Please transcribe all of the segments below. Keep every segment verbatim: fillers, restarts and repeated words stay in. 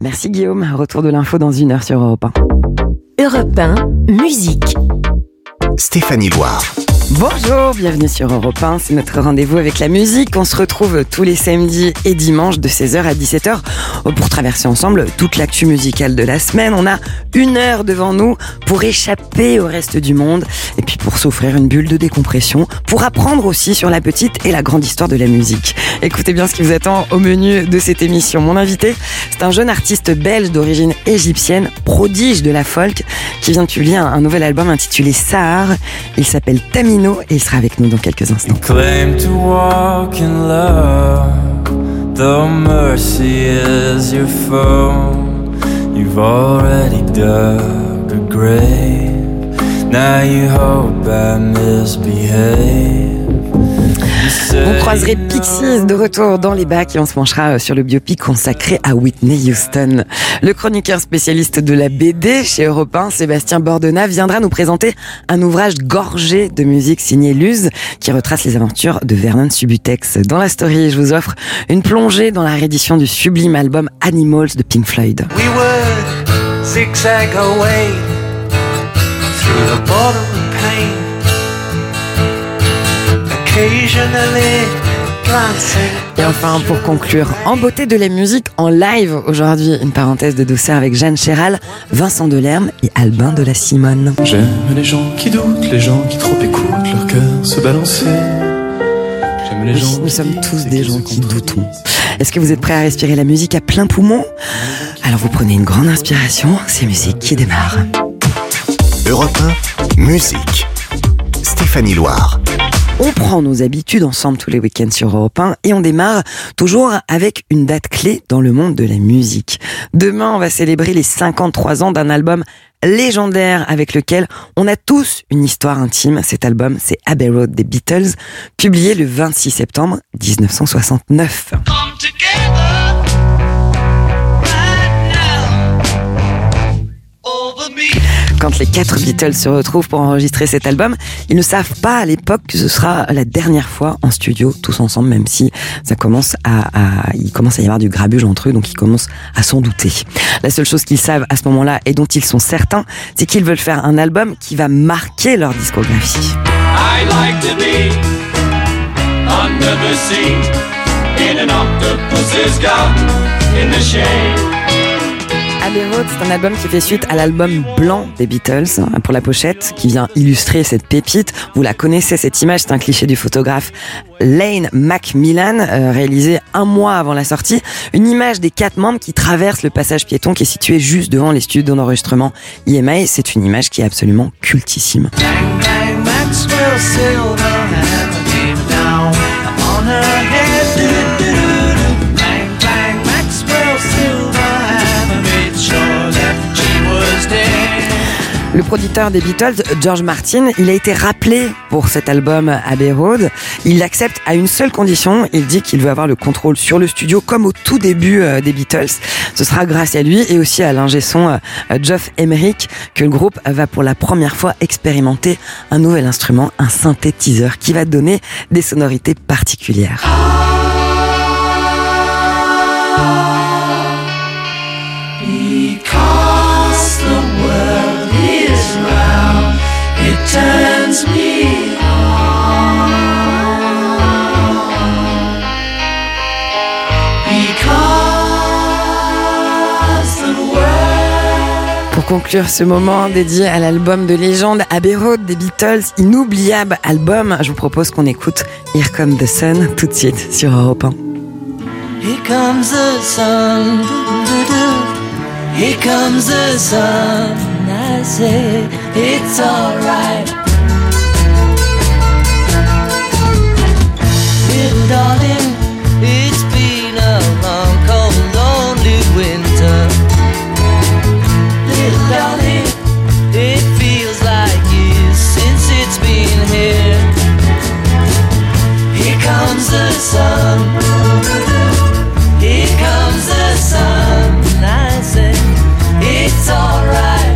Merci Guillaume, retour de l'info dans une heure sur Europe un. Europe un, musique. Stéphanie Loire. Bonjour, bienvenue sur Europe un, c'est notre rendez-vous avec la musique. On se retrouve tous les samedis et dimanches de seize heures à dix-sept heures pour traverser ensemble toute l'actu musicale de la semaine. On a une heure devant nous pour échapper au reste du monde et puis pour s'offrir une bulle de décompression, pour apprendre aussi sur la petite et la grande histoire de la musique. Écoutez bien ce qui vous attend au menu de cette émission. Mon invité, c'est un jeune artiste belge d'origine égyptienne, prodige de la folk, qui vient de publier un, un nouvel album intitulé Sahar. Il s'appelle Tamino et il sera avec nous dans quelques instants. Claim to walk in love, though mercy is your foe. You've already dug a grave, now you hope I misbehave. Vous croiserez Pixies de retour dans les bacs et on se penchera sur le biopic consacré à Whitney Houston. Le chroniqueur spécialiste de la B D chez Europe un, Sébastien Bordenat, viendra nous présenter un ouvrage gorgé de musique signé Luz qui retrace les aventures de Vernon Subutex. Dans la story, je vous offre une plongée dans la réédition du sublime album Animals de Pink Floyd. We would zigzag away through the border of pain. Et enfin, pour conclure, en beauté de la musique en live aujourd'hui, une parenthèse de douceur avec Jeanne Chéral, Vincent Delerme et Albin de la Simone. J'aime les gens qui doutent, les gens qui trop écoutent leur cœur se balancer. J'aime les Oui, gens nous qui sommes tous disent des et gens se qui contredisent. doutons. Est-ce que vous êtes prêts à respirer la musique à plein poumon ? Alors vous prenez une grande inspiration, c'est musique qui démarre. Europe un, musique. Stéphanie Loire. On prend nos habitudes ensemble tous les week-ends sur Europe un et on démarre toujours avec une date clé dans le monde de la musique. Demain, on va célébrer les cinquante-trois ans d'un album légendaire avec lequel on a tous une histoire intime. Cet album, c'est Abbey Road des Beatles, publié le vingt-six septembre dix-neuf cent soixante-neuf. Quand les quatre Beatles se retrouvent pour enregistrer cet album, ils ne savent pas à l'époque que ce sera la dernière fois en studio tous ensemble, même si ça commence à, à il commence à y avoir du grabuge entre eux, donc ils commencent à s'en douter. La seule chose qu'ils savent à ce moment-là et dont ils sont certains, c'est qu'ils veulent faire un album qui va marquer leur discographie. I like to be under the sea in an octopus's garden in the shade. Abbey Road, c'est un album qui fait suite à l'album blanc des Beatles, hein, pour la pochette, qui vient illustrer cette pépite. Vous la connaissez, cette image, c'est un cliché du photographe Lane Macmillan, euh, réalisé un mois avant la sortie. Une image des quatre membres qui traversent le passage piéton qui est situé juste devant les studios d'enregistrement I M A. C'est une image qui est absolument cultissime. Bang, bang, Maxwell Silverhammer came down on her head. Do-do-do-do. Bang, bang, Maxwell Silverhammer made sure that she was dead. Le producteur des Beatles, George Martin, il a été rappelé pour cet album Abbey Road. Il l'accepte à une seule condition. Il dit qu'il veut avoir le contrôle sur le studio comme au tout début euh, des Beatles. Ce sera grâce à lui et aussi à l'ingé son euh, Geoff Emerick que le groupe va pour la première fois expérimenter un nouvel instrument, un synthétiseur qui va donner des sonorités particulières. Because the world is round, it turns me on. Because the world. Pour conclure ce moment dédié à l'album de légende Abbey Road des Beatles, inoubliable album, je vous propose qu'on écoute Here Comes the Sun tout de suite sur Europe un. Here comes the sun, do-do-do. Here comes the sun, I say it's alright. Little darling, it's been a long, cold, lonely winter. Little darling, it feels like years since it's been here. Here comes the sun. Here comes the sun, I say it's alright.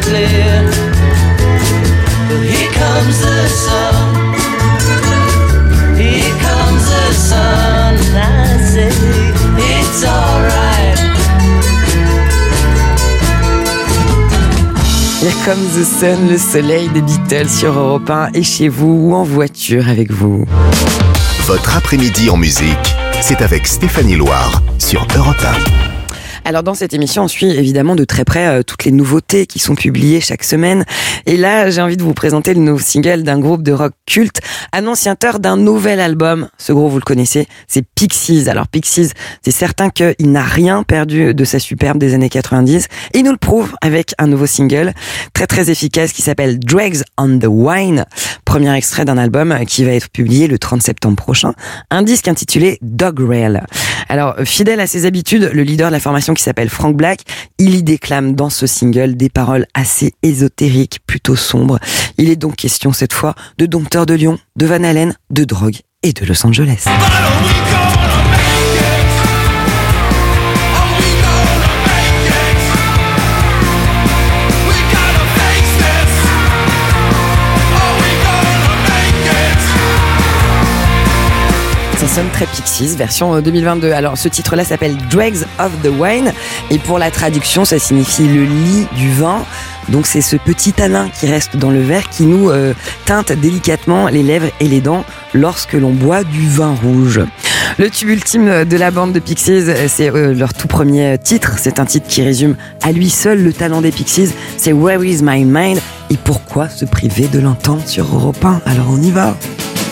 clear. But here comes the sun, here comes the sun, and I say it's alright. Here comes the sun, le soleil des Beatles sur Europe un et chez vous ou en voiture avec vous. Votre après-midi en musique, c'est avec Stéphanie Loire sur Europe un. Alors dans cette émission, on suit évidemment de très près euh, toutes les nouveautés qui sont publiées chaque semaine. Et là, j'ai envie de vous présenter le nouveau single d'un groupe de rock culte, annonciateur d'un nouvel album. Ce groupe, vous le connaissez, c'est Pixies. Alors Pixies, c'est certain qu'il n'a rien perdu de sa superbe des années quatre-vingt-dix. Et il nous le prouve avec un nouveau single très très efficace qui s'appelle Dregs on the Wine. Premier extrait d'un album qui va être publié le trente septembre prochain. Un disque intitulé Dog Rail. Alors, fidèle à ses habitudes, le leader de la formation qui s'appelle Frank Black, il y déclame dans ce single des paroles assez ésotériques, plutôt sombres. Il est donc question cette fois de Dompteur de Lion, de Van Halen, de drogue et de Los Angeles. Ça sonne très Pixies, version deux mille vingt-deux. Alors, ce titre-là s'appelle Dregs of the Wine. Et pour la traduction, ça signifie le lit du vin. Donc, c'est ce petit tanin qui reste dans le verre qui nous euh, teinte délicatement les lèvres et les dents lorsque l'on boit du vin rouge. Le tube ultime de la bande de Pixies, c'est euh, leur tout premier titre. C'est un titre qui résume à lui seul le talent des Pixies. C'est Where is my mind? Et pourquoi se priver de l'entendre sur Europe un? Alors, on y va.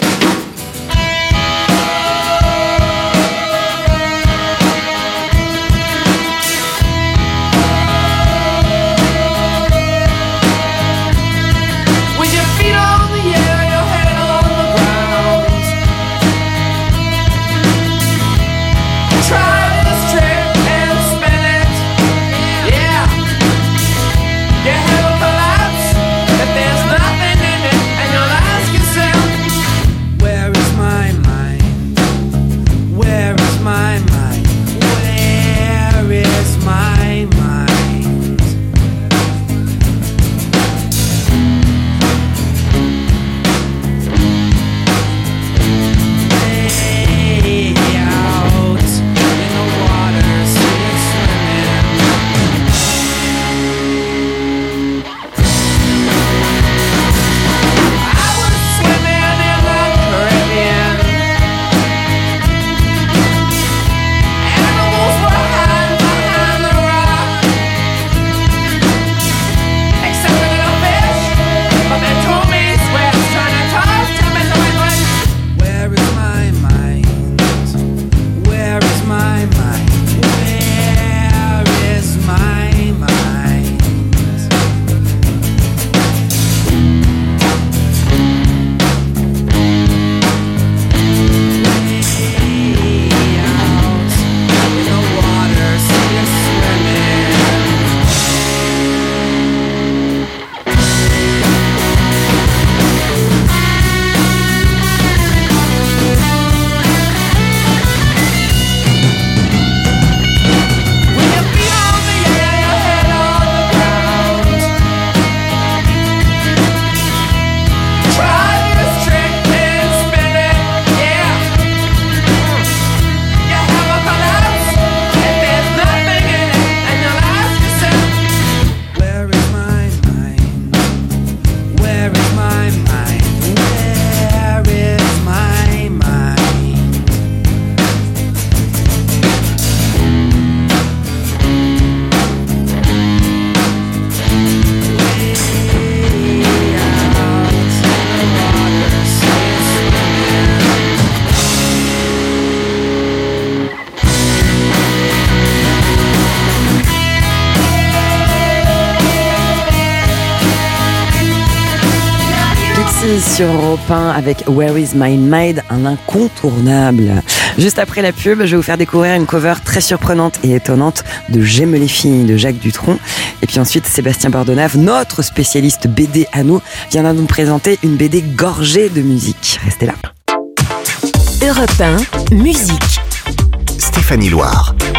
Sur Europe un avec Where is my mind, un incontournable. Juste après la pub, je vais vous faire découvrir une cover très surprenante et étonnante de J'aime les filles de Jacques Dutronc. Et puis ensuite, Sébastien Bordenave, notre spécialiste B D à nous, viendra nous présenter une B D gorgée de musique. Restez là. Europe un, musique. Stéphanie Loire.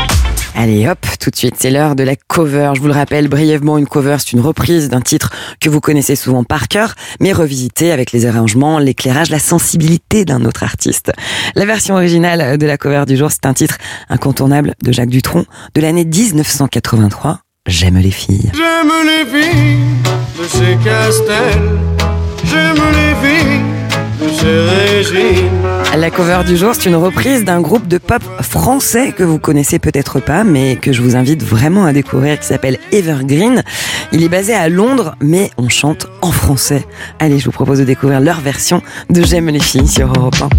Allez hop, tout de suite, c'est l'heure de la cover. Je vous le rappelle brièvement, une cover, c'est une reprise d'un titre que vous connaissez souvent par cœur, mais revisité avec les arrangements, l'éclairage, la sensibilité d'un autre artiste. La version originale de la cover du jour, c'est un titre incontournable de Jacques Dutronc de l'année dix-neuf cent quatre-vingt-trois, J'aime les filles. J'aime les filles de chez Castel, j'aime les filles de chez Régine. La cover du jour, c'est une reprise d'un groupe de pop français que vous connaissez peut-être pas, mais que je vous invite vraiment à découvrir, qui s'appelle Evergreen. Il est basé à Londres, mais on chante en français. Allez, je vous propose de découvrir leur version de J'aime les filles sur Europe un.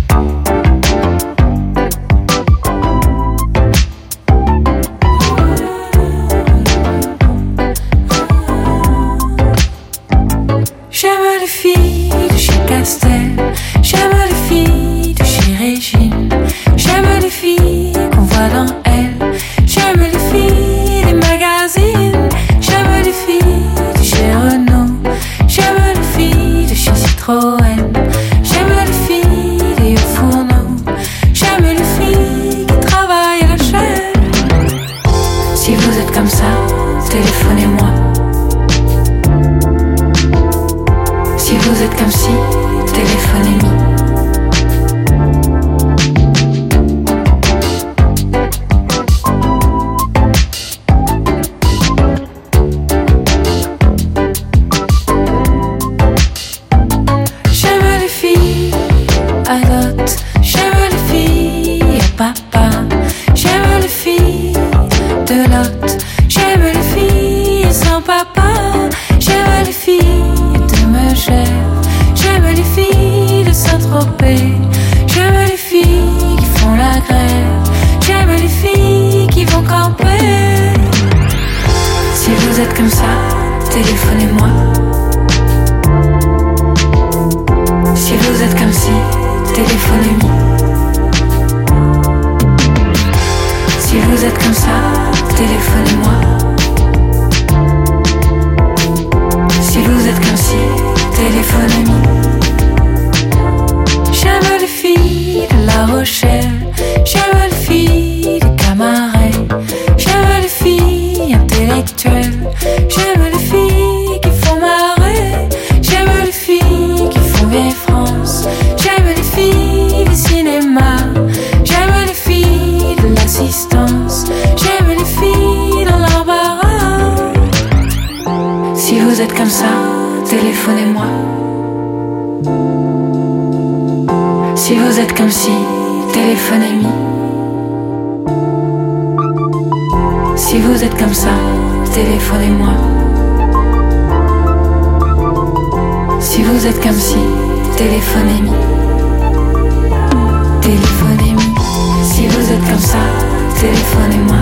J'aime les filles de chez Castel, j'aime les filles de chez Régine, j'aime les filles qu'on voit dans elles, j'aime les filles des magazines, j'aime les filles de chez Renault, j'aime les filles de chez Citroën, j'aime les filles des fourneaux, j'aime les filles qui travaillent à la chaîne. Si vous êtes comme ça, téléphonez-moi. Si vous êtes comme si, téléphonez-moi. J'aime les filles à dot, j'aime les filles à papa, j'aime les filles de lot, j'aime les filles sans papa, j'aime les filles de Megève, j'aime les filles de Saint-Tropez, j'aime les filles qui font la grève, j'aime les filles qui vont camper. Si vous êtes comme ça, téléphonez-moi. Si vous êtes comme si, téléphonez-moi. Si vous êtes comme ça, téléphonez-moi. Si vous êtes comme si, téléphonez-moi. J'aime les filles de La Rochelle, j'aime les filles de Camaret, j'aime les filles intellectuelles, j'aime les filles qui font marrer, j'aime les filles qui font vieille France, j'aime les filles du cinéma, j'aime les filles de l'assistance, j'aime les filles dans l'embarras. Si vous êtes comme ça, téléphonez-moi. Si vous êtes comme si, téléphonez-moi. Si vous êtes comme ça, téléphonez-moi. Si vous êtes comme si, téléphonez-moi. Téléphonez-moi. Si vous êtes comme ça, téléphonez-moi.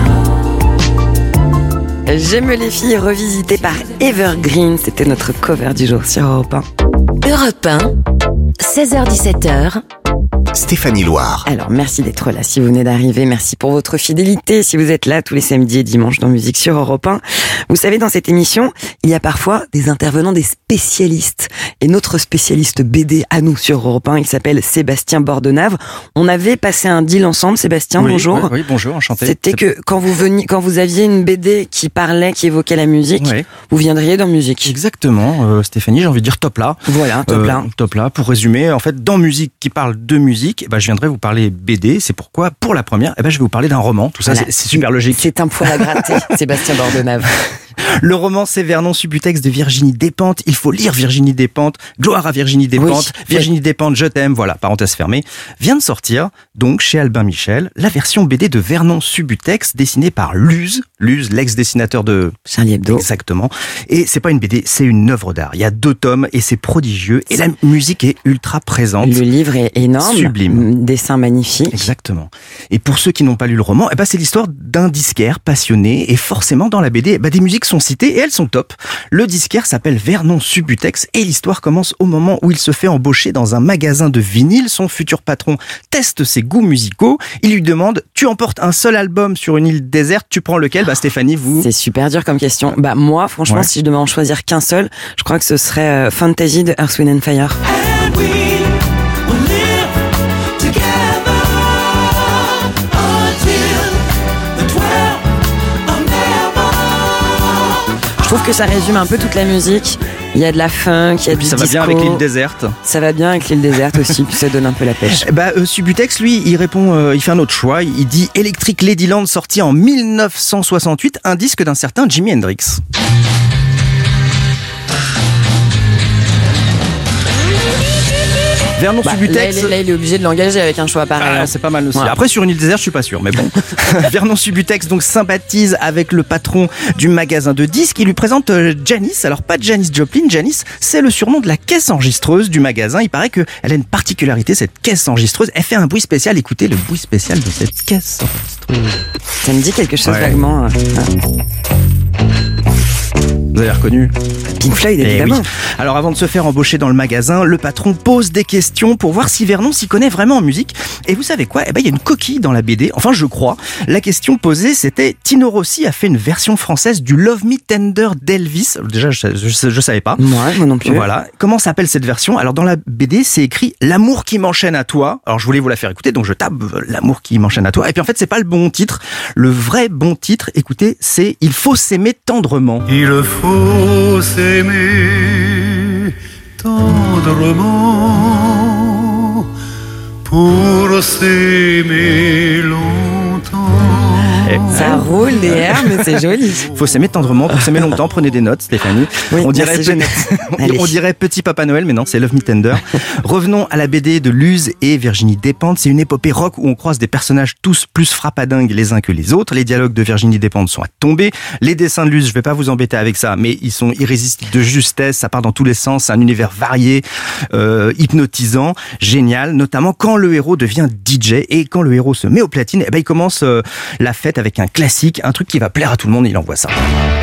J'aime les filles, revisité par Evergreen. C'était notre cover du jour sur Europe un. Europe un, seize heures dix-sept heures. Stéphanie Loire. Alors, merci d'être là si vous venez d'arriver. Merci pour votre fidélité si vous êtes là tous les samedis et dimanches dans Musique sur Europe un. Vous savez, dans cette émission, il y a parfois des intervenants, des spécialistes. Et notre spécialiste B D à nous sur Europe un, il s'appelle Sébastien Bordenave. On avait passé un deal ensemble. Sébastien, oui, bonjour. Oui, oui, bonjour, enchanté. C'était que quand vous veniez, quand vous aviez une B D qui parlait, qui évoquait la musique, oui. Vous viendriez dans musique. Exactement, euh, Stéphanie, j'ai envie de dire top là. Voilà, top là. Euh, top là. Pour résumer, en fait, dans musique qui parle de musique, eh ben, je viendrai vous parler B D. C'est pourquoi, pour la première, eh ben, je vais vous parler d'un roman. Tout ça, voilà. c'est, c'est super logique. C'est un poil à gratter, Sébastien Bordenave. Le roman, c'est Vernon Subutex de Virginie Despentes. Il faut lire Virginie Despentes. Gloire à Virginie Despentes. Oui, Virginie oui. Despentes, je t'aime. Voilà, parenthèse fermée. Vient de sortir, donc, chez Albin Michel, la version B D de Vernon Subutex, dessinée par Luz. Luz, l'ex-dessinateur de Charlie Hebdo. Exactement. Et c'est pas une B D, c'est une œuvre d'art. Il y a deux tomes et c'est prodigieux. Et la musique est ultra présente. Le livre est énorme. Sublime. Dessin magnifique. Exactement. Et pour ceux qui n'ont pas lu le roman, eh ben, c'est l'histoire d'un disquaire passionné. Et forcément, dans la B D, eh ben, des musiques sont citées et elles sont top. Le disquaire s'appelle Vernon Subutex et l'histoire commence au moment où il se fait embaucher dans un magasin de vinyle. Son futur patron teste ses goûts musicaux. Il lui demande, tu emportes un seul album sur une île déserte, tu prends lequel? Bah Stéphanie, vous... C'est super dur comme question. Bah moi, franchement, ouais. si je devais en choisir qu'un seul, je crois que ce serait euh, Fantasy de Earth, Wind and Fire. And we will live together until the twelve trouve que ça résume un peu toute la musique. Il y a de la funk, il y a Et puis du ça va disco. bien avec l'île déserte. Ça va bien avec l'île déserte aussi, puis ça donne un peu la pêche. Bah, euh, Subutex, lui, il répond, euh, il fait un autre choix. Il dit Electric Ladyland, sorti en dix-neuf cent soixante-huit, un disque d'un certain Jimi Hendrix. Vernon Bah, là, Subutex. il est, là, il est obligé de l'engager avec un choix pareil. Ah, hein. c'est pas mal aussi. Ouais. Après, sur une île déserte, je suis pas sûr, mais bon. Vernon Subutex donc sympathise avec le patron du magasin de disques. Il lui présente euh, Janice. Alors pas Janis Joplin, Janice, c'est le surnom de la caisse enregistreuse du magasin. Il paraît qu'elle a une particularité, cette caisse enregistreuse. Elle fait un bruit spécial. Écoutez le bruit spécial de cette caisse enregistreuse. Ça me dit quelque chose Ouais. vaguement. hein. Vous avez reconnu? Pink Floyd, Eh évidemment. oui. Alors avant de se faire embaucher dans le magasin, le patron pose des questions pour voir si Vernon s'y connaît vraiment en musique. Et vous savez quoi? Eh ben il y a une coquille dans la B D. Enfin je crois. La question posée c'était Tino Rossi a fait une version française du Love Me Tender d'Elvis. Déjà je, je, je savais pas. Ouais, moi non plus. Voilà. Comment s'appelle cette version? Alors dans la B D c'est écrit L'amour qui m'enchaîne à toi. Alors je voulais vous la faire écouter donc je tape L'amour qui m'enchaîne à toi. Et puis en fait c'est pas le bon titre. Le vrai bon titre, écoutez, c'est Il faut s'aimer tendrement. Il faut s'aimer tendrement pour s'aimer longtemps. Ça roule des airs, mais c'est joli. Faut s'aimer tendrement pour s'aimer longtemps. Prenez des notes, Stéphanie. Oui, on dirait, merci, Jeannette. Allez. on dirait Petit Papa Noël, mais non, c'est Love Me Tender. Revenons à la B D de Luz et Virginie Despentes. C'est une épopée rock où on croise des personnages tous plus frappadingues les uns que les autres. Les dialogues de Virginie Despentes sont à tomber. Les dessins de Luz, je vais pas vous embêter avec ça, mais ils sont irrésistibles de justesse. Ça part dans tous les sens. C'est un univers varié, euh, hypnotisant, génial. Notamment quand le héros devient D J et quand le héros se met au platine, eh ben il commence euh, la fête avec un classique, un truc qui va plaire à tout le monde. Il envoie ça.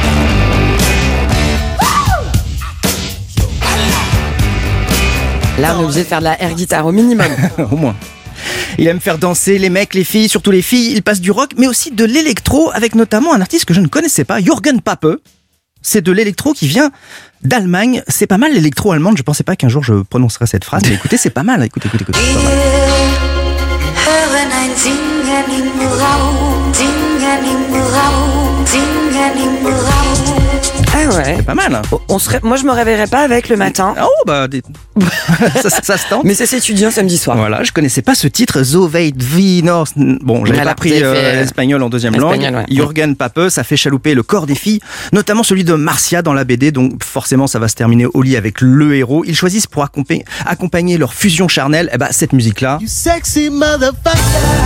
Là, on est obligé de faire de la air guitare au minimum. Au moins. Il aime faire danser les mecs, les filles, surtout les filles. Il passe du rock, mais aussi de l'électro, avec notamment un artiste que je ne connaissais pas, Jürgen Pape. C'est de l'électro qui vient d'Allemagne. C'est pas mal l'électro allemande. Je pensais pas qu'un jour je prononcerais cette phrase, mais écoutez, c'est pas mal. Écoutez, écoutez, écoutez. C'est pas mal. hören ein Singen im Raum, Singen im Raum, Singen im Raum. Ah ouais. C'est pas mal. Hein. On serait... Moi, je me réveillerais pas avec le matin. Oh, bah, des... ça, ça, ça se tente. Mais ça s'étudie un samedi soir. Voilà, je connaissais pas ce titre, So weit wie noch. Bon, j'avais Voilà, pas pris vous avez euh, fait, euh, l'espagnol en deuxième espagnol, langue. ouais. Jürgen Pape, ça fait chalouper le corps des filles, notamment celui de Marcia dans la B D, donc forcément ça va se terminer au lit avec le héros. Ils choisissent pour accompa- accompagner leur fusion charnelle, eh ben, cette musique-là. You sexy motherfucker.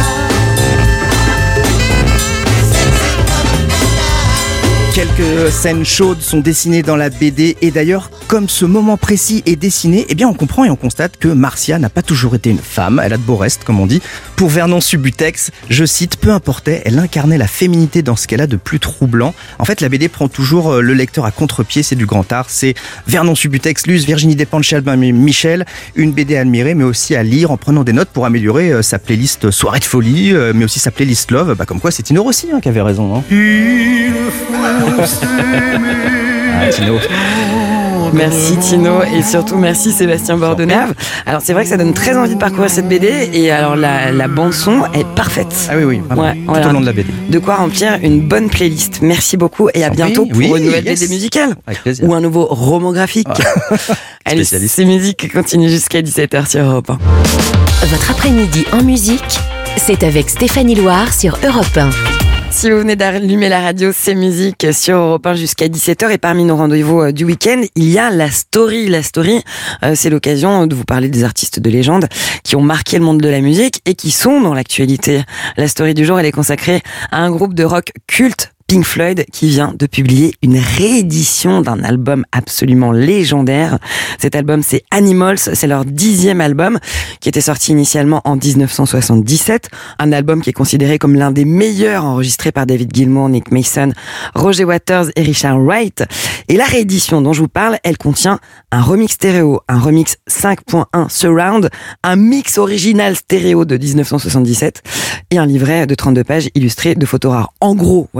Quelques scènes chaudes sont dessinées dans la B D et d'ailleurs, comme ce moment précis est dessiné, eh bien on comprend et on constate que Marcia n'a pas toujours été une femme, elle a de beaux restes comme on dit. Pour Vernon Subutex, je cite, peu importait, elle incarnait la féminité dans ce qu'elle a de plus troublant. En fait, la B D prend toujours le lecteur à contre-pied, c'est du grand art, c'est Vernon Subutex, Luz, Virginie Despentes, Albin Michel, une B D à admirer mais aussi à lire en prenant des notes pour améliorer sa playlist Soirée de folie, mais aussi sa playlist Love, bah comme quoi c'est Tino Rossi hein, qui avait raison. Hein. Il faut Ah, Tino. Merci Tino et surtout merci Sébastien Bordenave. Alors c'est vrai que ça donne très envie de parcourir cette B D et alors la, la bande son est parfaite. Ah oui oui, vraiment, Ouais, tout voilà. au long de la B D. De quoi remplir une bonne playlist. Merci beaucoup et à Sans bientôt prix. pour Oui, une nouvelle yes. B D musicale Avec plaisir. ou un nouveau roman graphique. Allez, Spécialiste. ces musiques continuent jusqu'à dix-sept heures sur Europe un. Votre après-midi en musique, c'est avec Stéphanie Loire sur Europe un. Si vous venez d'allumer la radio, c'est musique sur Europe un jusqu'à dix-sept heures et parmi nos rendez-vous euh, du week-end, il y a la story. La story, euh, c'est l'occasion de vous parler des artistes de légende qui ont marqué le monde de la musique et qui sont dans l'actualité. La story du jour, elle est consacrée à un groupe de rock culte, Pink Floyd, qui vient de publier une réédition d'un album absolument légendaire. Cet album, c'est Animals, c'est leur dixième album, qui était sorti initialement en dix-neuf cent soixante-dix-sept. Un album qui est considéré comme l'un des meilleurs enregistrés par David Gilmour, Nick Mason, Roger Waters et Richard Wright. Et la réédition dont je vous parle, elle contient un remix stéréo, un remix cinq point un surround, un mix original stéréo de dix-neuf cent soixante-dix-sept et un livret de trente-deux pages illustré de photos rares. En gros, voilà tout ce que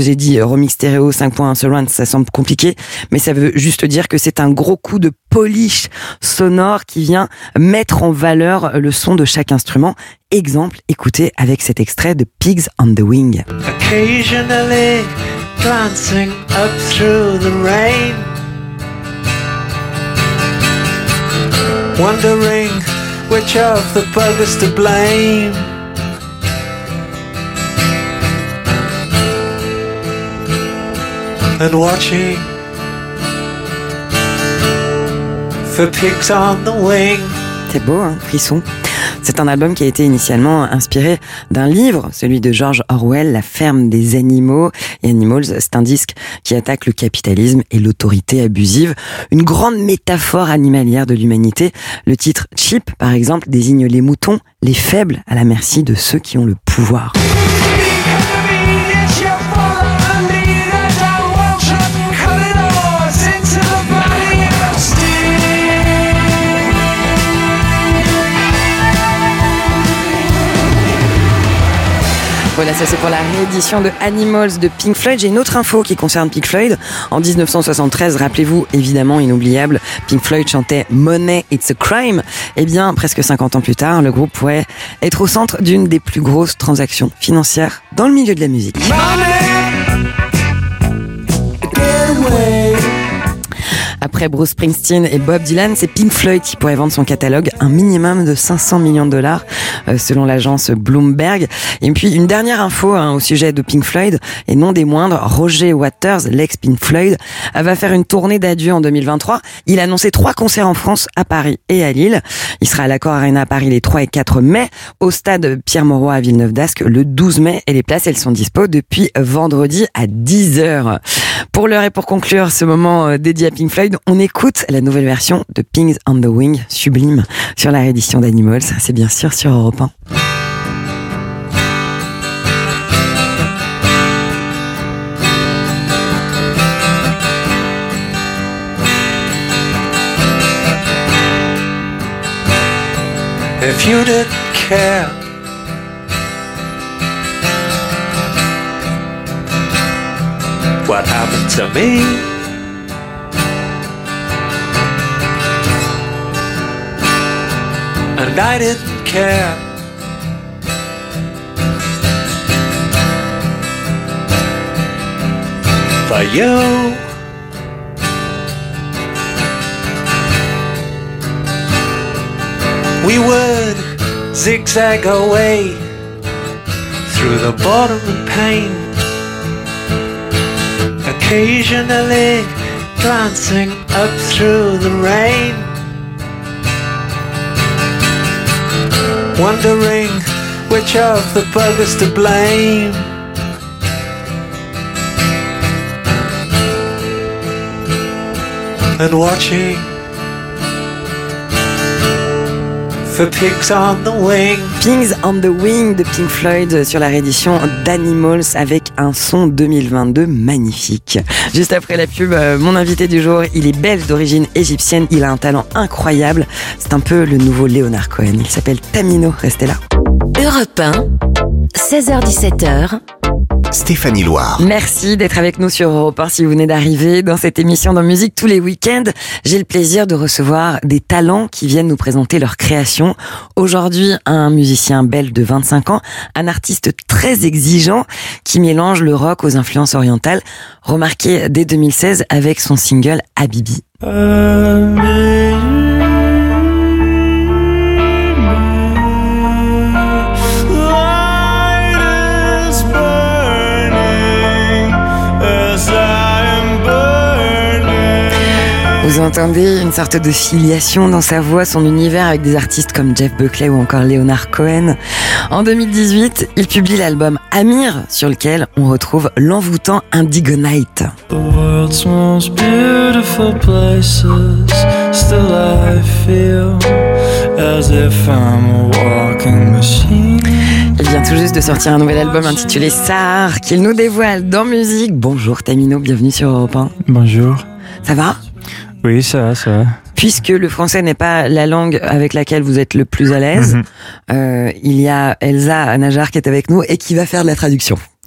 j'ai dit remix stéréo cinq point un surround, ça semble compliqué, mais ça veut juste dire que c'est un gros coup de polish sonore qui vient mettre en valeur le son de chaque instrument. Exemple, écoutez avec cet extrait de Pigs on the Wing. Occasionally glancing up through the rain, wondering which of the buggers to blame. And watching for pigs on the wing. C'est beau, hein, frisson. C'est un album qui a été initialement inspiré d'un livre, celui de George Orwell, La ferme des animaux. Et Animals, c'est un disque qui attaque le capitalisme et l'autorité abusive. Une grande métaphore animalière de l'humanité. Le titre Cheap, par exemple, désigne les moutons, les faibles, à la merci de ceux qui ont le pouvoir. Voilà, ça c'est pour la réédition de Animals de Pink Floyd. J'ai une autre info qui concerne Pink Floyd. En dix-neuf cent soixante-treize, rappelez-vous, évidemment inoubliable, Pink Floyd chantait Money, It's a Crime. Eh bien, presque cinquante ans plus tard, le groupe pourrait être au centre d'une des plus grosses transactions financières dans le milieu de la musique. Après Bruce Springsteen et Bob Dylan, c'est Pink Floyd qui pourrait vendre son catalogue un minimum de cinq cents millions de dollars, euh, selon l'agence Bloomberg. Et puis une dernière info hein, au sujet de Pink Floyd, et non des moindres, Roger Waters, l'ex-Pink Floyd, va faire une tournée d'adieu en deux mille vingt-trois. Il a annoncé trois concerts en France, à Paris et à Lille. Il sera à l'Accor Arena à Paris les trois et quatre mai, au stade Pierre-Mauroy à Villeneuve-d'Ascq le douze mai, et les places elles sont dispo depuis vendredi à dix heures. Pour l'heure et pour conclure ce moment dédié à Pink Floyd, on écoute la nouvelle version de Pigs on the Wing, sublime, sur la réédition d'Animals. C'est bien sûr sur Europe un. If you didn't care, what happened to me? And I didn't care. For you. We would zigzag away through the bottom and pain, occasionally glancing up through the rain, wondering which of the buggers to blame. And watching for pigs on the wing. Pigs on the Wing de Pink Floyd sur la réédition d'Animals avec un son deux mille vingt-deux magnifique. Juste après la pub, mon invité du jour, il est belge d'origine égyptienne, il a un talent incroyable. C'est un peu le nouveau Leonard Cohen. Il s'appelle Tamino, restez là. Europe un, seize heures dix-sept heures. Stéphanie Loire. Merci d'être avec nous sur Europe un. Si vous venez d'arriver dans cette émission dans Musique tous les week-ends, j'ai le plaisir de recevoir des talents qui viennent nous présenter leur création. Aujourd'hui, un musicien belge de vingt-cinq ans, un artiste très exigeant qui mélange le rock aux influences orientales, remarqué dès deux mille seize avec son single Habibi. Vous entendez une sorte de filiation dans sa voix, son univers avec des artistes comme Jeff Buckley ou encore Leonard Cohen. En deux mille dix-huit, il publie l'album Amir, sur lequel on retrouve l'envoûtant Indigo Night. The world's most beautiful places, still I feel as if I'm a walking machine. Il vient tout juste de sortir un nouvel album intitulé Sahar, qu'il nous dévoile dans Musique. Bonjour Tamino, bienvenue sur Europe un. Bonjour. Ça va ? Oui, ça va, ça va. Puisque le français n'est pas la langue avec laquelle vous êtes le plus à l'aise, mm-hmm. euh, il y a Elsa Najar qui est avec nous et qui va faire de la traduction.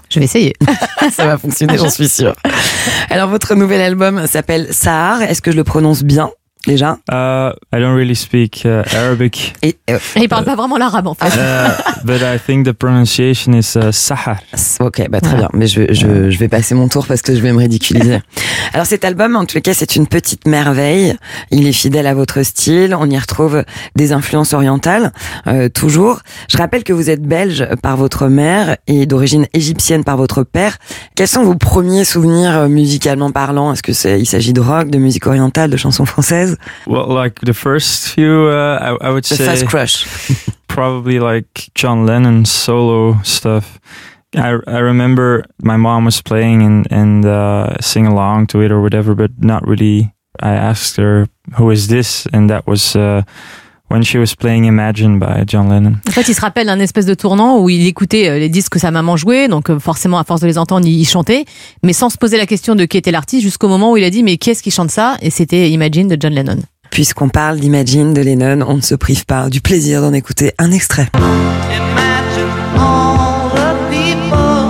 Je vais essayer. Ça va fonctionner, j'en suis sûre. Alors, votre nouvel album s'appelle Sahar. Est-ce que je le prononce bien déjà? Uh, I don't really speak uh, Arabic. Et, euh, Et il parle pas vraiment l'arabe en fait. Uh, but I think the pronunciation is uh, Sahar. Ok, bah très bien. Mais je, je, je vais passer mon tour parce que je vais me ridiculiser. Alors cet album, en tous les cas, c'est une petite merveille. Il est fidèle à votre style. On y retrouve des influences orientales, euh, toujours. Je rappelle que vous êtes belge par votre mère et d'origine égyptienne par votre père. Quels sont vos premiers souvenirs euh, musicalement parlant? Est-ce que c'est, il s'agit de rock, de musique orientale, de chansons françaises? Well, like the first few, uh, I, I would The say first crush. probably like John Lennon solo stuff. I I remember my mom was playing and and uh, sing along to it or whatever, but not really. I asked her, "Who is this?" And that was uh, when she was playing Imagine by John Lennon. En fait, il se rappelle d'un espèce de tournant où il écoutait les disques que sa maman jouait, donc forcément, à force de les entendre, il chantait, mais sans se poser la question de qui était l'artiste, jusqu'au moment où il a dit, mais qui est-ce qui chante ça? Et c'était Imagine de John Lennon. Puisqu'on parle d'Imagine de Lennon, on ne se prive pas du plaisir d'en écouter un extrait. Imagine all the people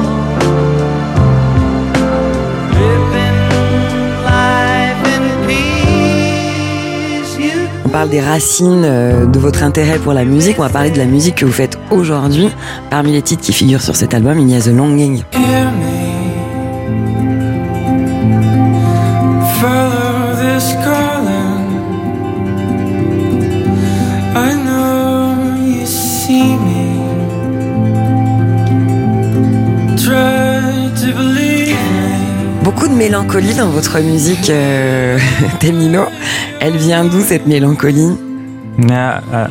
living life in peace. You On parle des racines euh, de votre intérêt pour la musique. On va parler de la musique que vous faites aujourd'hui. Parmi les titres qui figurent sur cet album, il y a The Longing. Hear me. Follow this calling. I know you see me. Try to believe me. Beaucoup de mélancolie dans votre musique, euh, Temino. Elle vient d'où cette mélancolie? Yeah, uh,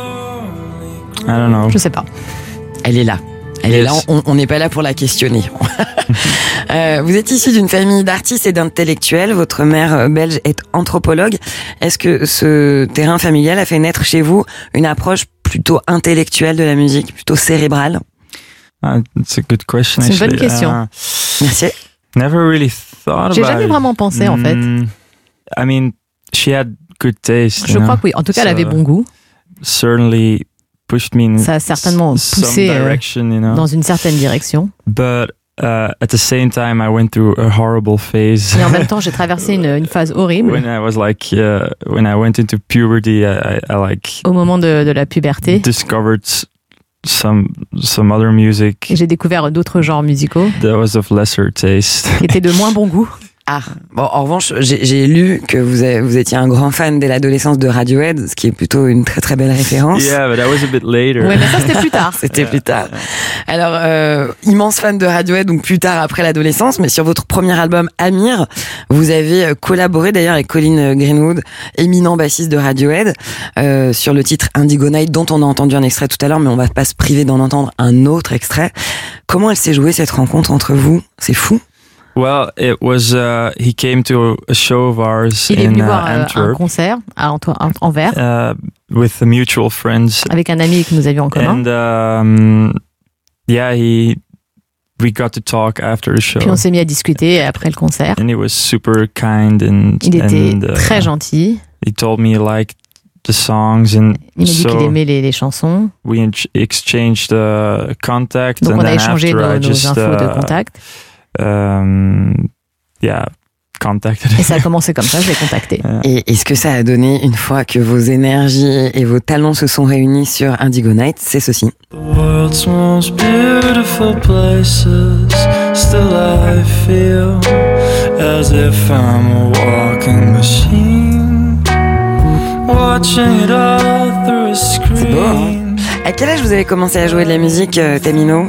I don't know. Je sais pas. Elle est là. Elle Yes. est là. On on n'est pas là pour la questionner. euh, vous êtes issu d'une famille d'artistes et d'intellectuels. Votre mère euh, belge est anthropologue. Est-ce que ce terrain familial a fait naître chez vous une approche plutôt intellectuelle de la musique, plutôt cérébrale? Uh, it's a good question. C'est une bonne actually. question. Uh, Merci. never really thought J'ai about jamais it. vraiment pensé, en fait. Mm, I mean, she had good taste. Je you crois know? que oui. En tout cas, elle So, avait bon goût. Certainly pushed me in Ça a certainement s- some poussé euh, direction, you know. dans une certaine direction. But uh, at the same time, I went through a horrible phase. Et en même temps, j'ai traversé une, une phase horrible. when I was like, uh, when I went into puberty, I, I, I like Au moment de, de la puberté, discovered s- some some other music j'ai découvert d'autres genres musicaux that was of lesser taste. qui étaient de moins bon goût. Ah, bon, en revanche, j'ai j'ai lu que vous, avez- vous étiez un grand fan dès l'adolescence de Radiohead, ce qui est plutôt une très très belle référence. Yeah, but that was a bit later. Ouais, mais ça, c'était plus tard. C'était plus tard. Alors, euh, immense fan de Radiohead, donc plus tard après l'adolescence, mais sur votre premier album, Amir, vous avez collaboré d'ailleurs avec Colin Greenwood, éminent bassiste de Radiohead, euh, sur le titre Indigo Night, dont on a entendu un extrait tout à l'heure, mais on va pas se priver d'en entendre un autre extrait. Comment elle s'est jouée cette rencontre entre vous? C'est fou. Well, it was. Uh, he came to a show of ours Il est in venu uh, voir euh, un Antwerp concert à Anto- à Anvers uh, with the mutual friends, avec un ami que nous avions en commun. and um, yeah, he. We got to talk after the show, Puis on s'est mis à discuter après le concert. and he was super kind and. Il était and, uh, très gentil. He told me he liked the songs, and Il m'a dit qu'il so aimait les, les chansons. we ex- exchanged uh, contact, Donc and on a then échangé after nos, I nos just infos de uh, contact. um, yeah, contacted. Et ça a commencé comme ça, je l'ai contacté. Et est-ce que ça a donné, une fois que vos énergies et vos talents se sont réunis sur Indigo Night, c'est ceci. The world's most beautiful places. Still I feel as if I'm a walking machine, watching it all through a C'est beau, hein? screen. À quel âge vous avez commencé à jouer de la musique, euh, Tamino?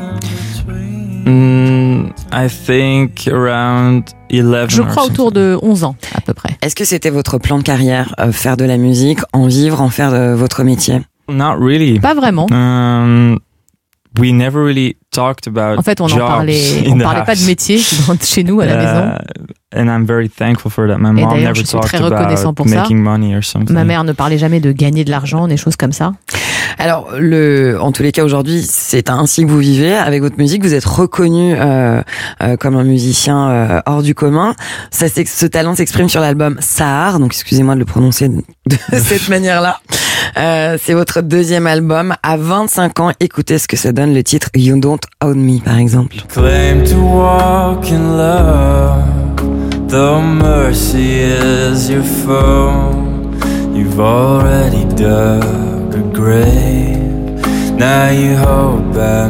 Mm, I think around eleven. Je or crois autour something. de onze ans, à peu près. Est-ce que c'était votre plan de carrière, euh, faire de la musique, en vivre, en faire de votre métier? Not really. Pas vraiment. Um, we never really talked about. En fait, on en jobs parlait, in on the parlait pas de house. métier dans- chez nous à la maison. Uh, and I'm very thankful for that. My Et mom d'ailleurs, never je suis talked très reconnaissant about pour ça. making money or something. Ma mère ne parlait jamais de gagner de l'argent, des choses comme ça. Alors, le, en tous les cas, aujourd'hui, c'est ainsi que vous vivez. Avec votre musique, vous êtes reconnu euh, euh, comme un musicien euh, hors du commun. Ça, c'est, ce talent s'exprime sur l'album Sahar, donc excusez-moi de le prononcer de, de cette manière-là. Euh, c'est votre deuxième album. À vingt-cinq ans, écoutez ce que ça donne, le titre You Don't Own Me, par exemple. Claim to walk in love, though mercy is your foe. You've already dug a grave. Now you hope I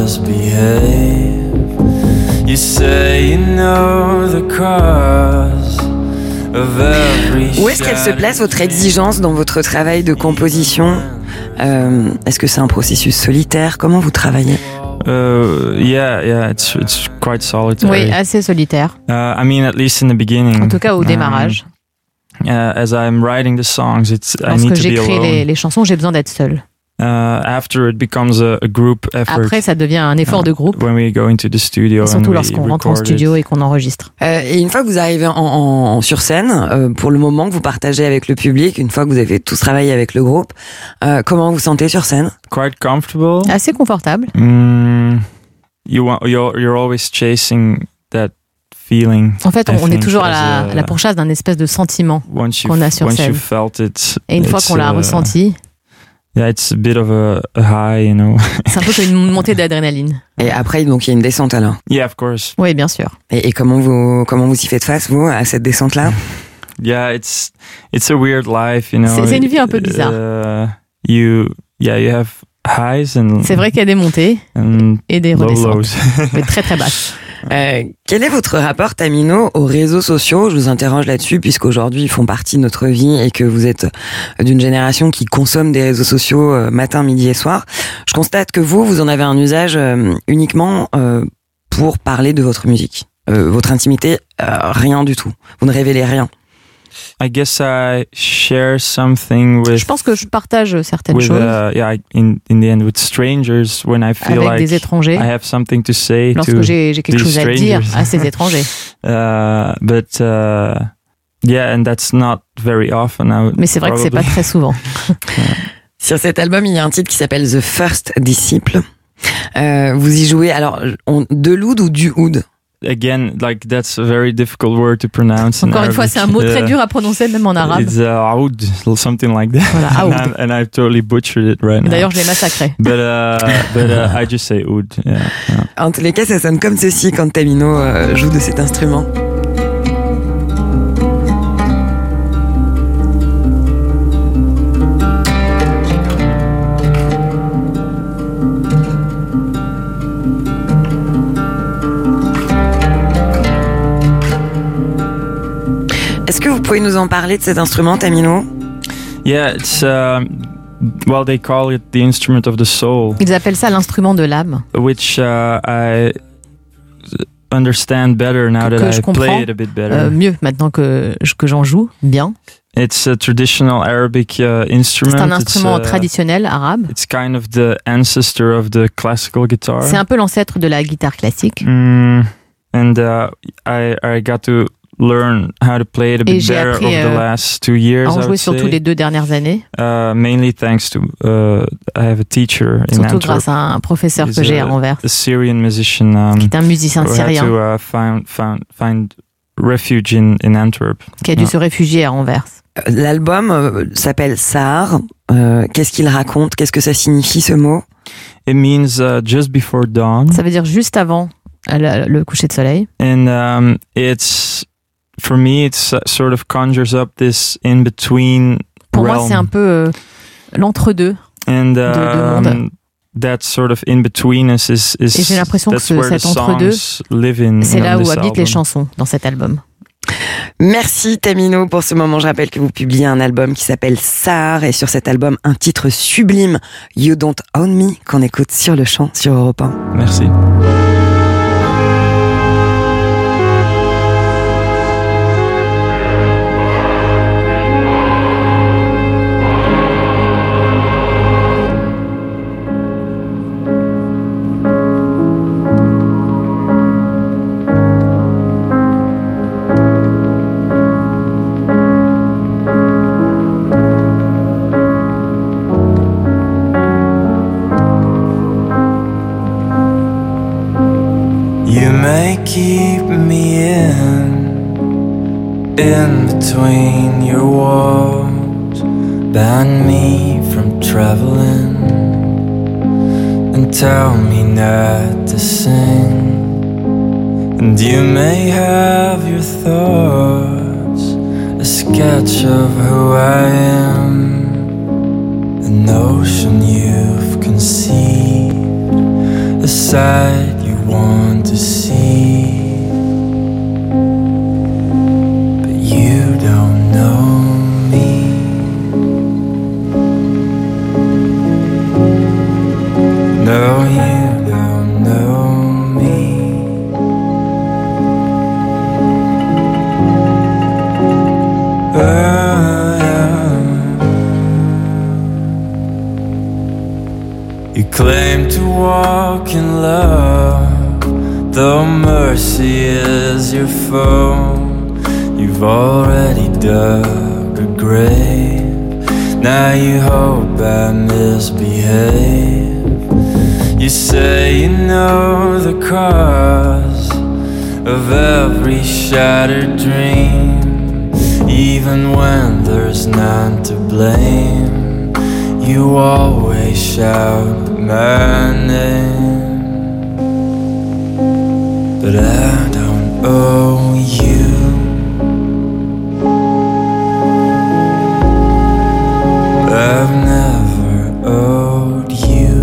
misbehave. You say you know the cause of every. Où est-ce qu'elle se place, votre exigence dans votre travail de composition? euh, Est-ce que c'est un processus solitaire? Comment vous travaillez? Uh, yeah, yeah, it's it's quite solitary. Oui, assez solitaire. Uh, I mean, at least in the beginning. En tout cas, au démarrage. Um, uh, as I'm writing the songs, it's I Lorsque need to be j'écris alone. les, les chansons, j'ai besoin d'être seul. Uh, after it becomes a, a group effort. Après, ça devient un effort de groupe. When we go into the studio Et surtout and we lorsqu'on rentre en record studio it. et qu'on enregistre. Euh, et une fois que vous arrivez en, en, en sur scène, euh, pour le moment que vous partagez avec le public, une fois que vous avez tous travaillé avec le groupe, euh, comment vous sentez sur scène? Quite comfortable. Assez confortable. Mm, you want, you're, you're always chasing that feeling. En fait, on, I on est think, toujours à as la, a- à la pourchasse d'un espèce de sentiment once you've- qu'on a sur once scène. you've felt it, Et une fois it's, qu'on l'a uh, ressenti, Yeah, it's a bit of a, a high, you know. c'est un peu comme une montée d'adrénaline. Et après, donc, il y a une descente alors. Yeah, of course. Oui, bien sûr. Et, et comment vous comment vous y faites face, vous, à cette descente-là? Yeah, it's it's a weird life, you know. C'est- c'est une vie un peu bizarre. Uh, you, yeah, you have highs and. C'est vrai qu'il y a des montées and et des low redescentes, lows. mais très très basses. Euh, quel est votre rapport, Tamino, aux réseaux sociaux? Je vous interroge là-dessus, puisqu'aujourd'hui, ils font partie de notre vie et que vous êtes d'une génération qui consomme des réseaux sociaux euh, matin, midi et soir. Je constate que vous, vous en avez un usage euh, uniquement euh, pour parler de votre musique. Euh, votre intimité, euh, rien du tout. Vous ne révélez rien. I guess I share something with. Je pense que je partage certaines with, choses uh, yeah, I- in in the end, with strangers when I feel avec like des étrangers. I have something to say Lorsque to j'ai j'ai quelque these chose à dire strangers. à ces étrangers. Uh, but uh, yeah, and that's not very often. I would Mais c'est vrai que c'est pas probably- très souvent. Sur cet album, il y a un titre qui s'appelle The First Disciple. Euh, vous y jouez, alors, on, de l'oud ou du oud? Again, like that's a very difficult word to pronounce. in Encore une fois, Arabic. c'est un mot très Yeah. dur à prononcer, même en arabe. It's uh, oud, something like that. Voilà, and, oud. I'm- and I've totally butchered it right now. D'ailleurs, je l'ai massacré. But uh, but uh, I just say oud. Yeah. yeah. En tous les cas, ça sonne comme ceci quand Tamino euh, joue de cet instrument. Est-ce que vous pouvez nous en parler de cet instrument, Tamino? Yeah, it's um, well, they call it the instrument of the soul, Ils appellent ça l'instrument de l'âme. which uh, I understand better now Que that je I play comprends it a bit better. Euh, mieux maintenant que, je- que j'en joue bien. It's a traditional Arabic uh, instrument. C'est un It's, instrument uh, traditionnel arabe. It's kind of the ancestor of the classical guitar. C'est un peu l'ancêtre de la guitare classique. Mm, and uh, I I got to learn how to play it a Et bit j'ai better appris, over the euh, last two years. À I en jouer would surtout say. les deux dernières années. Uh, mainly thanks to uh, I have a teacher in Surtout Antwerp. grâce à un professeur He's que j'ai a- à Anvers, a Syrian musician. Um, qui est un musicien who had syrien to uh, find, find, find refuge in, in Antwerp. qui a dû Yeah. se réfugier à Anvers. L'album euh, s'appelle Sahar. Euh, Qu'est-ce qu'il raconte? Qu'est-ce que ça signifie, ce mot? It means uh, just before dawn. Ça veut dire juste avant le, le coucher de soleil. And um, it's, for me, it's uh, sort of conjures up this in-between Pour realm. moi, c'est un peu euh, l'entre-deux. And de monde. um, that sort of in-between-us is, is Et j'ai l'impression que that's ce- where the cet entre-deux, songs live in, C'est in là on où this habitent les album. chansons dans cet album. Merci Tamino pour ce moment. Je rappelle que vous publiez un album qui s'appelle Sahar et sur cet album un titre sublime, You Don't Own Me, qu'on écoute sur le champ sur Europe un. Merci. Thank in between your walls, ban me from traveling, and tell me not to sing. And you may have your thoughts, a sketch of who I am, a notion you've conceived, a side you want to see. But you don't know me. No, you don't know me. You claim to walk in love, though mercy is your foe. You've already dug a grave, now you hope I misbehave. You say you know the cause of every shattered dream, even when there's none to blame. You always shout my name, but I don't owe you. I've never owed you.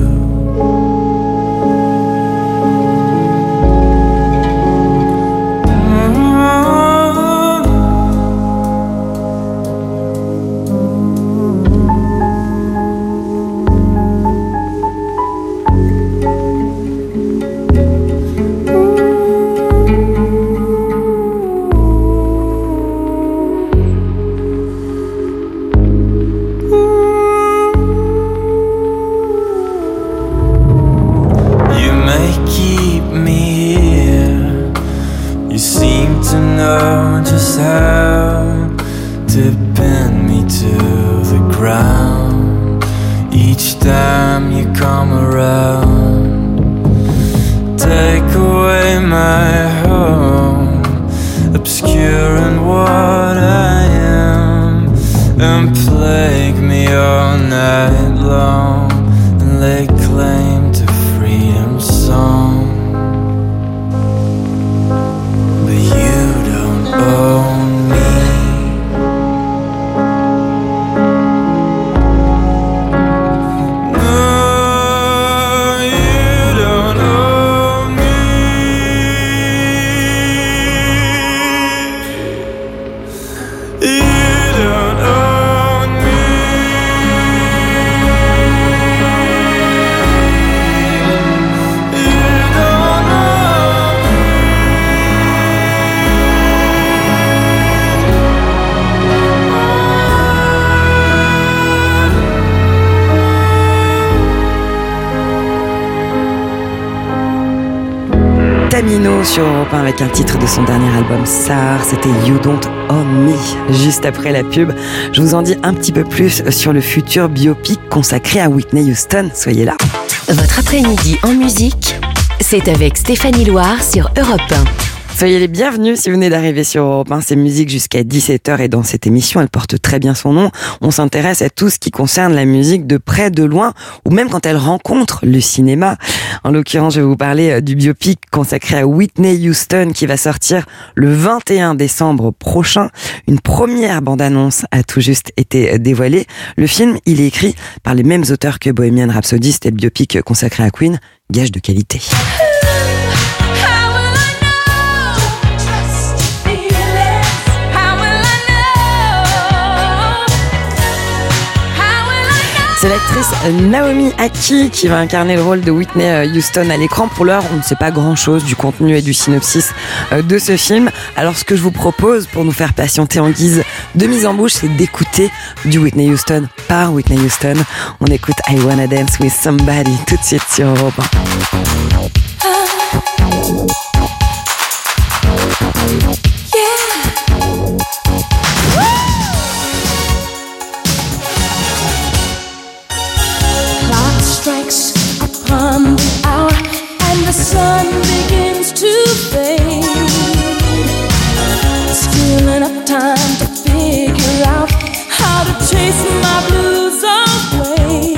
Tamino sur Europe un avec un titre de son dernier album Sar, c'était You Don't Owe Me. Juste après la pub, je vous en dis un petit peu plus sur le futur biopic consacré à Whitney Houston. Soyez là. Votre après-midi en musique, c'est avec Stéphanie Loire sur Europe un. Soyez les bienvenus si vous venez d'arriver sur Europe un, c'est musique jusqu'à dix-sept heures et dans cette émission, elle porte très bien son nom. On s'intéresse à tout ce qui concerne la musique de près, de loin ou même quand elle rencontre le cinéma. En l'occurrence, je vais vous parler du biopic consacré à Whitney Houston qui va sortir le vingt et un décembre prochain. Une première bande-annonce a tout juste été dévoilée. Le film, il est écrit par les mêmes auteurs que Bohemian Rhapsody, c'était le biopic consacré à Queen, gage de qualité. C'est l'actrice Naomi Ackie qui va incarner le rôle de Whitney Houston à l'écran. Pour l'heure, on ne sait pas grand-chose du contenu et du synopsis de ce film. Alors ce que je vous propose pour nous faire patienter en guise de mise en bouche, c'est d'écouter du Whitney Houston par Whitney Houston. On écoute I Wanna Dance With Somebody tout de suite sur Europe un. Strikes upon the hour and the sun begins to fade. Still enough time chase my blues away.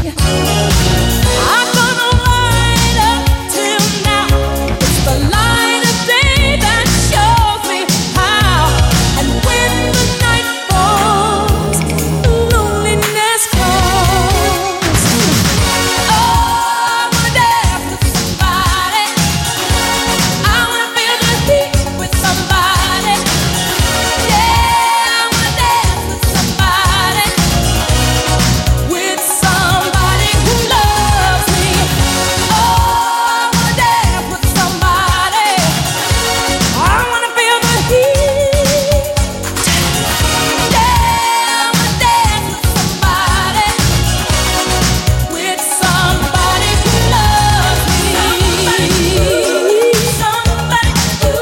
I've gone right up till now. It's the light of day that shows me how. And when the night falls, loneliness calls. Oh, I wanna dance with somebody. I wanna feel the heat with somebody. Yeah, I wanna dance with somebody. With somebody who loves me. Oh, I wanna dance with somebody. I wanna feel the heat. Yeah, I wanna dance with somebody. With somebody who loves me. Somebody who,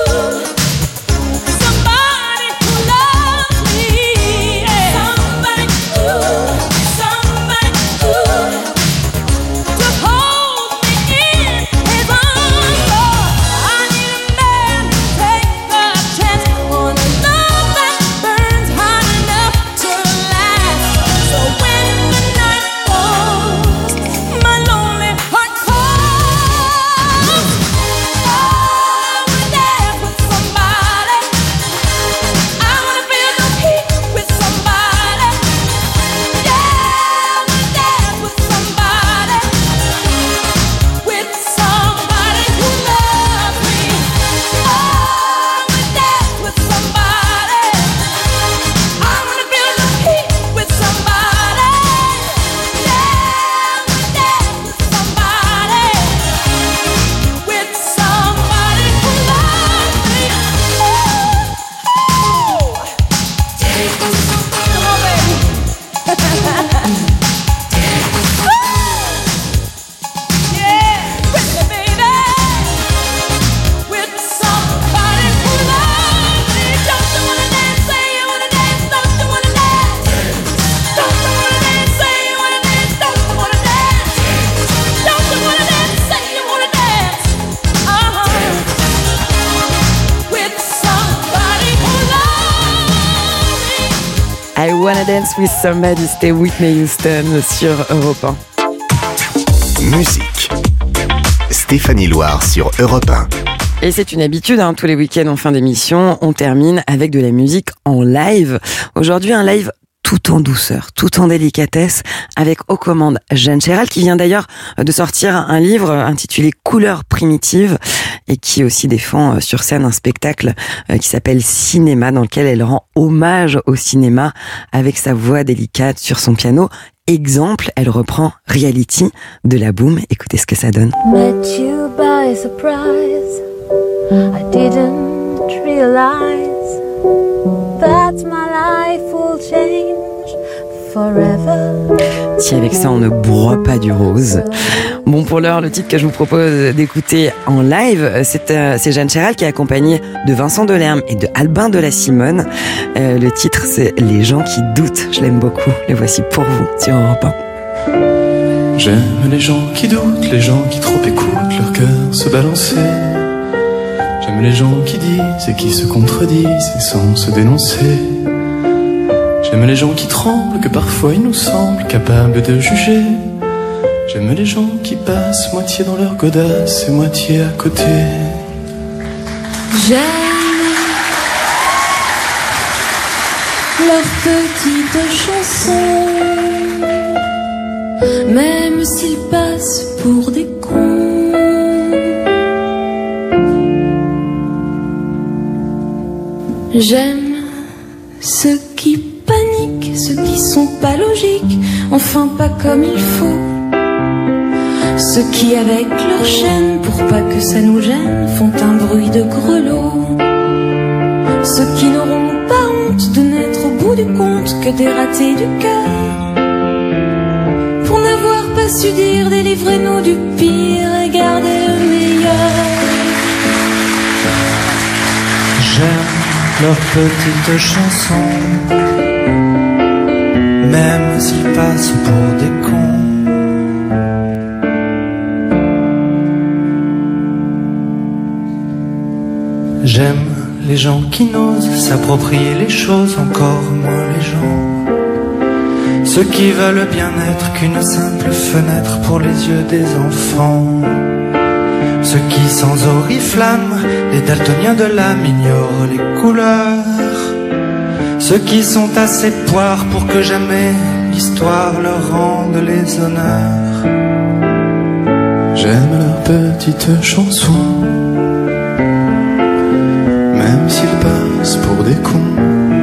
somebody who loves me. Somebody who, somebody who, to hold me in his arms. Oh, I need a man to take a chance on a love that burns hot enough to last. So when the night falls, my lonely heart calls. Oh, I wanna dance with somebody. I wanna feel the heat with somebody. Yeah, I wanna dance with somebody. With somebody who loves me. Oh, I wanna dance with somebody. I wanna feel the heat with somebody. Yeah, I wanna dance with somebody. With somebody who loves me. Oh, come on, baby. Yeah, with me, baby. With somebody who loves me. Don't you wanna dance? Say you wanna dance. Don't you wanna dance? Don't you wanna dance? Say you wanna dance. Don't you wanna dance? Don't you wanna dance? Say you wanna dance. Uh-huh. With somebody who loves me. I Wanna Dance with Somebody, c'était Whitney Houston sur Europe un. Musique. Stéphanie Loire sur Europe un. Et c'est une habitude, hein, tous les week-ends en fin d'émission, on termine avec de la musique en live. Aujourd'hui, un live tout en douceur, tout en délicatesse, avec aux commandes Jeanne Chéral, qui vient d'ailleurs de sortir un livre intitulé Couleurs primitives, et qui aussi défend sur scène un spectacle qui s'appelle Cinéma, dans lequel elle rend hommage au cinéma avec sa voix délicate sur son piano. Exemple, elle reprend Reality de La Boom. Écoutez ce que ça donne. Met you by surprise. I didn't realize that my life will change forever. Si avec ça on ne broie pas du rose. Bon, pour l'heure, le titre que je vous propose d'écouter en live, c'est, euh, c'est Jeanne Chéral qui est accompagnée de Vincent Delerme et de Albin de la Simone. Euh, le titre, c'est Les gens qui doutent. Je l'aime beaucoup. Les voici pour vous sur Europe un. J'aime les gens qui doutent, les gens qui trop écoutent leur cœur se balancer. J'aime les gens qui disent et qui se contredisent et sans se dénoncer. J'aime les gens qui tremblent, que parfois il nous semble capables de juger. J'aime les gens qui passent moitié dans leur godasse et moitié à côté. J'aime leurs petites chansons, même s'ils passent pour des cons. J'aime ceux qui paniquent, ceux qui sont pas logiques, enfin pas comme il faut. Ceux qui avec leur chaîne, pour pas que ça nous gêne, font un bruit de grelots. Ceux qui n'auront pas honte de n'être au bout du compte que des ratés du cœur. Pour n'avoir pas su dire, délivrez-nous du pire et gardez le meilleur. J'aime leurs petites chansons, même s'ils passent pour des cons. J'aime les gens qui n'osent s'approprier les choses, encore moins les gens ceux qui veulent bien être qu'une simple fenêtre pour les yeux des enfants. Ceux qui sans oriflamme, les daltoniens de l'âme ignorent les couleurs. Ceux qui sont assez poires pour que jamais l'histoire leur rende les honneurs. J'aime leurs petites chansons, même s'ils passent pour des cons.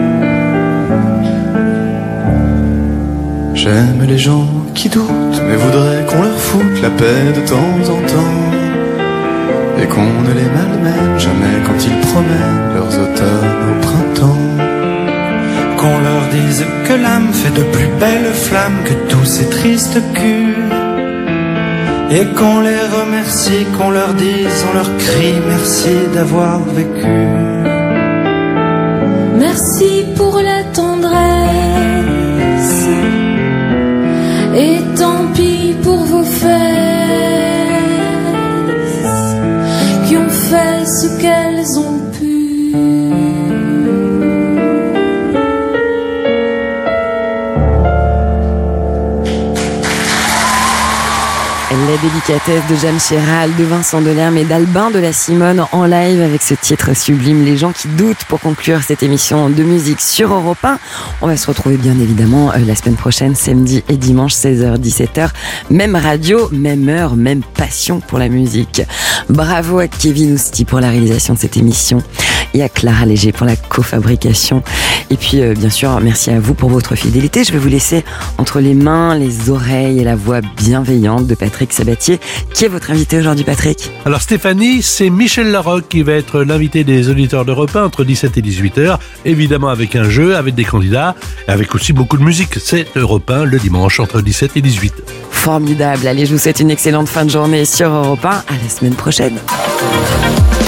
J'aime les gens qui doutent, mais voudraient qu'on leur foute la paix de temps en temps. Et qu'on ne les malmène jamais quand ils promènent leurs automnes au printemps. Qu'on leur dise que l'âme fait de plus belles flammes que tous ces tristes culs. Et qu'on les remercie, qu'on leur dise, on leur crie merci d'avoir vécu. Merci pour la tendresse, et tant pis pour vos fesses qui ont fait ce qu'elles ont pu. La délicatesse de Jeanne Chéral, de Vincent Delerme et d'Albin de la Simone en live avec ce titre sublime, Les gens qui doutent, pour conclure cette émission de musique sur Europe un. On va se retrouver bien évidemment la semaine prochaine, samedi et dimanche, seize heures dix-sept heures. Même radio, même heure, même passion pour la musique. Bravo à Kevin Ousti pour la réalisation de cette émission et à Clara Léger pour la cofabrication. Et puis euh, bien sûr, merci à vous pour votre fidélité. Je vais vous laisser entre les mains, les oreilles et la voix bienveillante de Patrick Sabatier. Qui est votre invité aujourd'hui, Patrick ? Alors Stéphanie, c'est Michel Larocque qui va être l'invité des auditeurs d'Europe un entre dix-sept et dix-huit heures. Évidemment avec un jeu, avec des candidats, et avec aussi beaucoup de musique. C'est Europe un le dimanche entre dix-sept et dix-huit. Formidable. Allez, je vous souhaite une excellente fin de journée sur Europe un. À la semaine prochaine.